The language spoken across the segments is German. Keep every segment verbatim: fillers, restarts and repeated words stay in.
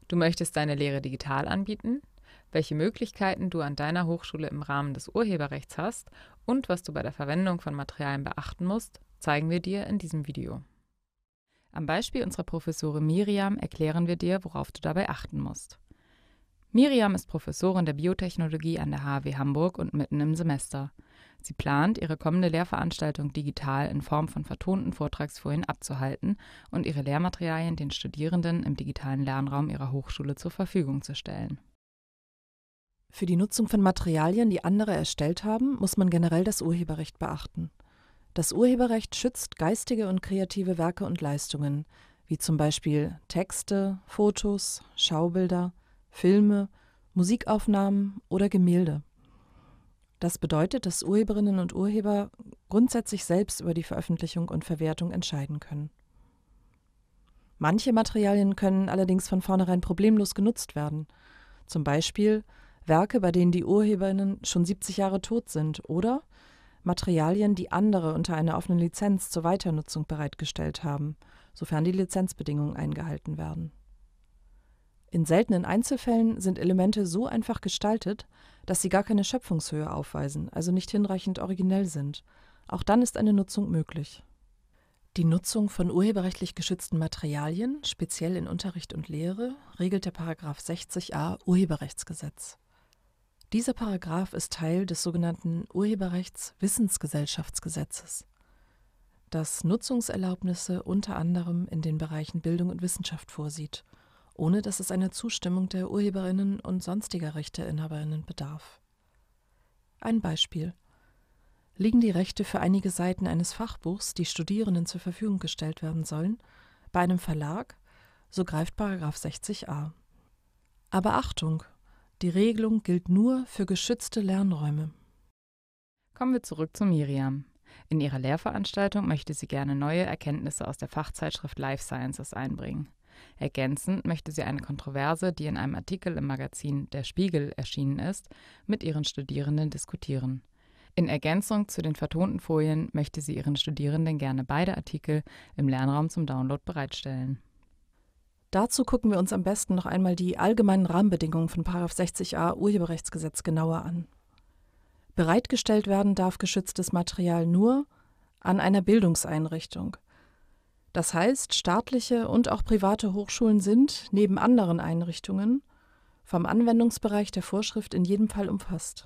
Du möchtest deine Lehre digital anbieten? Welche Möglichkeiten du an deiner Hochschule im Rahmen des Urheberrechts hast und was du bei der Verwendung von Materialien beachten musst, zeigen wir dir in diesem Video. Am Beispiel unserer Professorin Miriam erklären wir dir, worauf du dabei achten musst. Miriam ist Professorin der Biotechnologie an der H A W Hamburg und mitten im Semester. Sie plant, ihre kommende Lehrveranstaltung digital in Form von vertonten Vortragsfolien abzuhalten und ihre Lehrmaterialien den Studierenden im digitalen Lernraum ihrer Hochschule zur Verfügung zu stellen. Für die Nutzung von Materialien, die andere erstellt haben, muss man generell das Urheberrecht beachten. Das Urheberrecht schützt geistige und kreative Werke und Leistungen, wie zum Beispiel Texte, Fotos, Schaubilder, Filme, Musikaufnahmen oder Gemälde. Das bedeutet, dass Urheberinnen und Urheber grundsätzlich selbst über die Veröffentlichung und Verwertung entscheiden können. Manche Materialien können allerdings von vornherein problemlos genutzt werden, zum Beispiel Werke, bei denen die Urheberinnen schon siebzig Jahre tot sind, oder Materialien, die andere unter einer offenen Lizenz zur Weiternutzung bereitgestellt haben, sofern die Lizenzbedingungen eingehalten werden. In seltenen Einzelfällen sind Elemente so einfach gestaltet, dass sie gar keine Schöpfungshöhe aufweisen, also nicht hinreichend originell sind. Auch dann ist eine Nutzung möglich. Die Nutzung von urheberrechtlich geschützten Materialien, speziell in Unterricht und Lehre, regelt der Paragraph sechzig a Urheberrechtsgesetz. Dieser Paragraph ist Teil des sogenannten Urheberrechtswissensgesellschaftsgesetzes, das Nutzungserlaubnisse unter anderem in den Bereichen Bildung und Wissenschaft vorsieht, ohne dass es einer Zustimmung der Urheberinnen und sonstiger Rechteinhaberinnen bedarf. Ein Beispiel: Liegen die Rechte für einige Seiten eines Fachbuchs, die Studierenden zur Verfügung gestellt werden sollen, bei einem Verlag, so greift Paragraph sechzig a. Aber Achtung! Die Regelung gilt nur für geschützte Lernräume. Kommen wir zurück zu Miriam. In ihrer Lehrveranstaltung möchte sie gerne neue Erkenntnisse aus der Fachzeitschrift Life Sciences einbringen. Ergänzend möchte sie eine Kontroverse, die in einem Artikel im Magazin Der Spiegel erschienen ist, mit ihren Studierenden diskutieren. In Ergänzung zu den vertonten Folien möchte sie ihren Studierenden gerne beide Artikel im Lernraum zum Download bereitstellen. Dazu gucken wir uns am besten noch einmal die allgemeinen Rahmenbedingungen von Paragraph sechzig a Urheberrechtsgesetz genauer an. Bereitgestellt werden darf geschütztes Material nur an einer Bildungseinrichtung. Das heißt, staatliche und auch private Hochschulen sind, neben anderen Einrichtungen, vom Anwendungsbereich der Vorschrift in jedem Fall umfasst.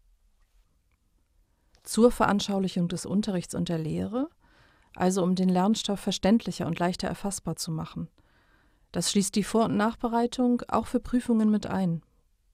Zur Veranschaulichung des Unterrichts und der Lehre, also um den Lernstoff verständlicher und leichter erfassbar zu machen. Das schließt die Vor- und Nachbereitung auch für Prüfungen mit ein.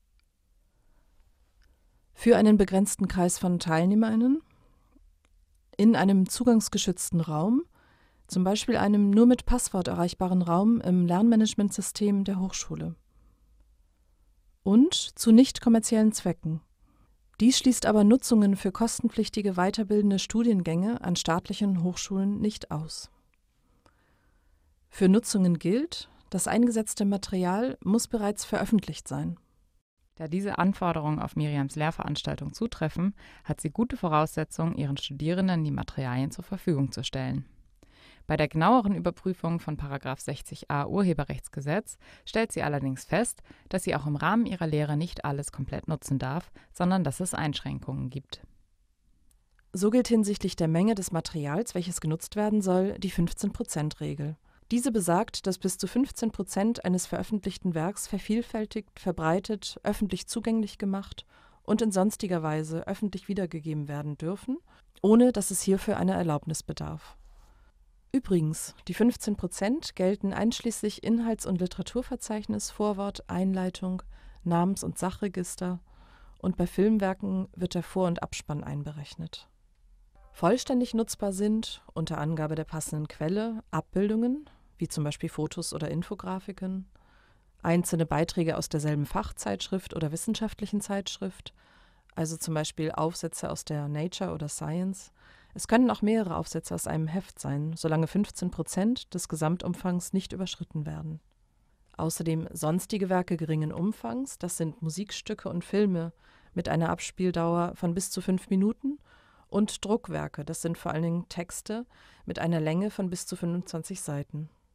Für einen begrenzten Kreis von TeilnehmerInnen in einem zugangsgeschützten Raum, zum Beispiel einem nur mit Passwort erreichbaren Raum im Lernmanagementsystem der Hochschule. Und zu nicht kommerziellen Zwecken. Dies schließt aber Nutzungen für kostenpflichtige weiterbildende Studiengänge an staatlichen Hochschulen nicht aus. Für Nutzungen gilt: Das eingesetzte Material muss bereits veröffentlicht sein. Da diese Anforderungen auf Miriams Lehrveranstaltung zutreffen, hat sie gute Voraussetzungen, ihren Studierenden die Materialien zur Verfügung zu stellen. Bei der genaueren Überprüfung von Paragraph sechzig a Urheberrechtsgesetz stellt sie allerdings fest, dass sie auch im Rahmen ihrer Lehre nicht alles komplett nutzen darf, sondern dass es Einschränkungen gibt. So gilt hinsichtlich der Menge des Materials, welches genutzt werden soll, die fünfzehn Prozent Regel. Diese besagt, dass bis zu fünfzehn Prozent eines veröffentlichten Werks vervielfältigt, verbreitet, öffentlich zugänglich gemacht und in sonstiger Weise öffentlich wiedergegeben werden dürfen, ohne dass es hierfür einer Erlaubnis bedarf. Übrigens, die fünfzehn Prozent gelten einschließlich Inhalts- und Literaturverzeichnis, Vorwort, Einleitung, Namens- und Sachregister, und bei Filmwerken wird der Vor- und Abspann einberechnet. Vollständig nutzbar sind, unter Angabe der passenden Quelle, Abbildungen, wie zum Beispiel Fotos oder Infografiken, einzelne Beiträge aus derselben Fachzeitschrift oder wissenschaftlichen Zeitschrift, also zum Beispiel Aufsätze aus der Nature oder Science. Es können auch mehrere Aufsätze aus einem Heft sein, solange fünfzehn Prozent des Gesamtumfangs nicht überschritten werden. Außerdem sonstige Werke geringen Umfangs, das sind Musikstücke und Filme mit einer Abspieldauer von bis zu fünf Minuten, und Druckwerke, das sind vor allen Dingen Texte mit einer Länge von bis zu fünfundzwanzig Seiten.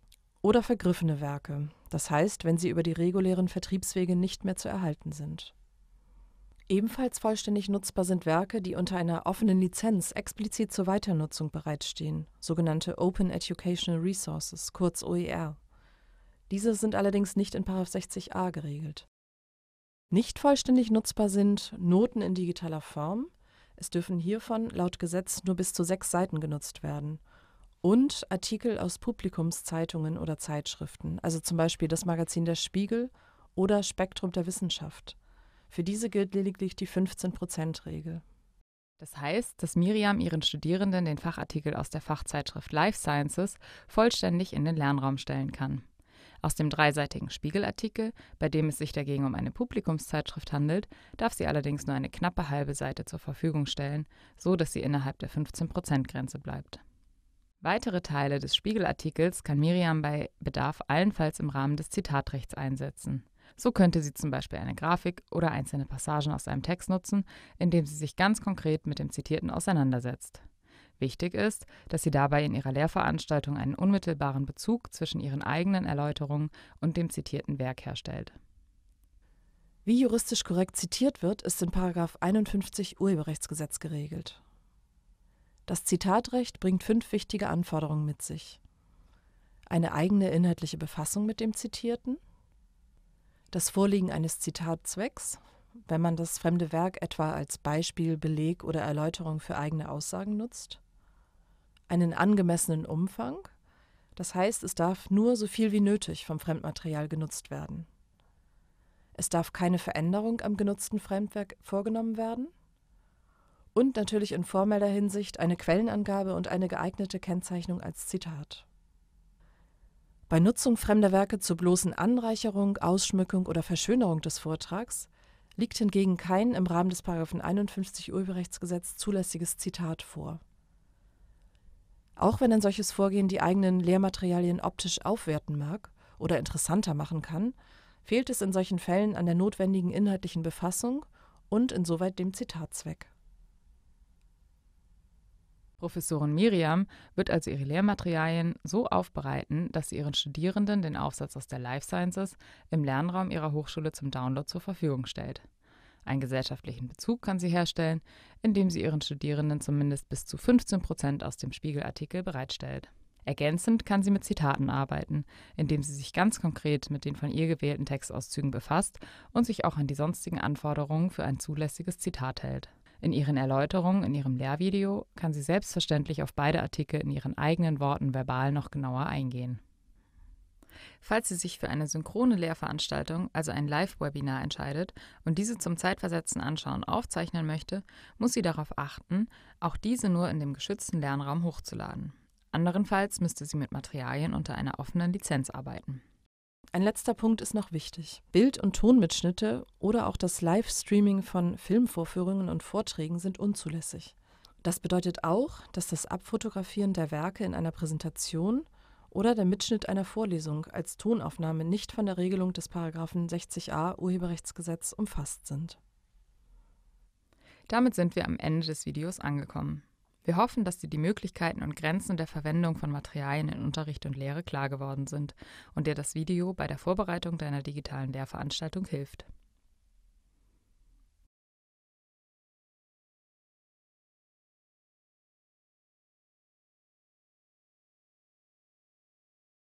oder vergriffene Werke, das heißt, wenn sie über die regulären Vertriebswege nicht mehr zu erhalten sind. Ebenfalls vollständig nutzbar sind Werke, die unter einer offenen Lizenz explizit zur Weiternutzung bereitstehen, sogenannte Open Educational Resources, kurz O E R. Diese sind allerdings nicht in Paragraph sechzig a geregelt. Nicht vollständig nutzbar sind Noten in digitaler Form. Es dürfen hiervon laut Gesetz nur bis zu sechs Seiten genutzt werden. Und Artikel aus Publikumszeitungen oder Zeitschriften, also zum Beispiel das Magazin Der Spiegel oder Spektrum der Wissenschaft. Für diese gilt lediglich die fünfzehn Prozent Regel. Das heißt, dass Miriam ihren Studierenden den Fachartikel aus der Fachzeitschrift Life Sciences vollständig in den Lernraum stellen kann. Aus dem dreiseitigen Spiegelartikel, bei dem es sich dagegen um eine Publikumszeitschrift handelt, darf sie allerdings nur eine knappe halbe Seite zur Verfügung stellen, so dass sie innerhalb der fünfzehn Prozent Grenze bleibt. Weitere Teile des Spiegelartikels kann Miriam bei Bedarf allenfalls im Rahmen des Zitatrechts einsetzen. So könnte sie zum Beispiel eine Grafik oder einzelne Passagen aus einem Text nutzen, indem sie sich ganz konkret mit dem Zitierten auseinandersetzt. Wichtig ist, dass sie dabei in ihrer Lehrveranstaltung einen unmittelbaren Bezug zwischen ihren eigenen Erläuterungen und dem zitierten Werk herstellt. Wie juristisch korrekt zitiert wird, ist in Paragraph einundfünfzig Urheberrechtsgesetz geregelt. Das Zitatrecht bringt fünf wichtige Anforderungen mit sich: eine eigene inhaltliche Befassung mit dem Zitierten, das Vorliegen eines Zitatzwecks, wenn man das fremde Werk etwa als Beispiel, Beleg oder Erläuterung für eigene Aussagen nutzt, einen angemessenen Umfang, das heißt, es darf nur so viel wie nötig vom Fremdmaterial genutzt werden. Es darf keine Veränderung am genutzten Fremdwerk vorgenommen werden und natürlich in formeller Hinsicht eine Quellenangabe und eine geeignete Kennzeichnung als Zitat. Bei Nutzung fremder Werke zur bloßen Anreicherung, Ausschmückung oder Verschönerung des Vortrags liegt hingegen kein im Rahmen des Paragraphen einundfünfzig Urheberrechtsgesetz zulässiges Zitat vor. Auch wenn ein solches Vorgehen die eigenen Lehrmaterialien optisch aufwerten mag oder interessanter machen kann, fehlt es in solchen Fällen an der notwendigen inhaltlichen Befassung und insoweit dem Zitatzweck. Professorin Miriam wird also ihre Lehrmaterialien so aufbereiten, dass sie ihren Studierenden den Aufsatz aus der Life Sciences im Lernraum ihrer Hochschule zum Download zur Verfügung stellt. Einen gesellschaftlichen Bezug kann sie herstellen, indem sie ihren Studierenden zumindest bis zu fünfzehn Prozent aus dem Spiegelartikel bereitstellt. Ergänzend kann sie mit Zitaten arbeiten, indem sie sich ganz konkret mit den von ihr gewählten Textauszügen befasst und sich auch an die sonstigen Anforderungen für ein zulässiges Zitat hält. In ihren Erläuterungen in ihrem Lehrvideo kann sie selbstverständlich auf beide Artikel in ihren eigenen Worten verbal noch genauer eingehen. Falls sie sich für eine synchrone Lehrveranstaltung, also ein Live-Webinar, entscheidet und diese zum zeitversetzten Anschauen aufzeichnen möchte, muss sie darauf achten, auch diese nur in dem geschützten Lernraum hochzuladen. Anderenfalls müsste sie mit Materialien unter einer offenen Lizenz arbeiten. Ein letzter Punkt ist noch wichtig. Bild- und Tonmitschnitte oder auch das Livestreaming von Filmvorführungen und Vorträgen sind unzulässig. Das bedeutet auch, dass das Abfotografieren der Werke in einer Präsentation oder der Mitschnitt einer Vorlesung als Tonaufnahme nicht von der Regelung des Paragraphen sechzig a Urheberrechtsgesetz umfasst sind. Damit sind wir am Ende des Videos angekommen. Wir hoffen, dass dir die Möglichkeiten und Grenzen der Verwendung von Materialien in Unterricht und Lehre klar geworden sind und dir das Video bei der Vorbereitung deiner digitalen Lehrveranstaltung hilft.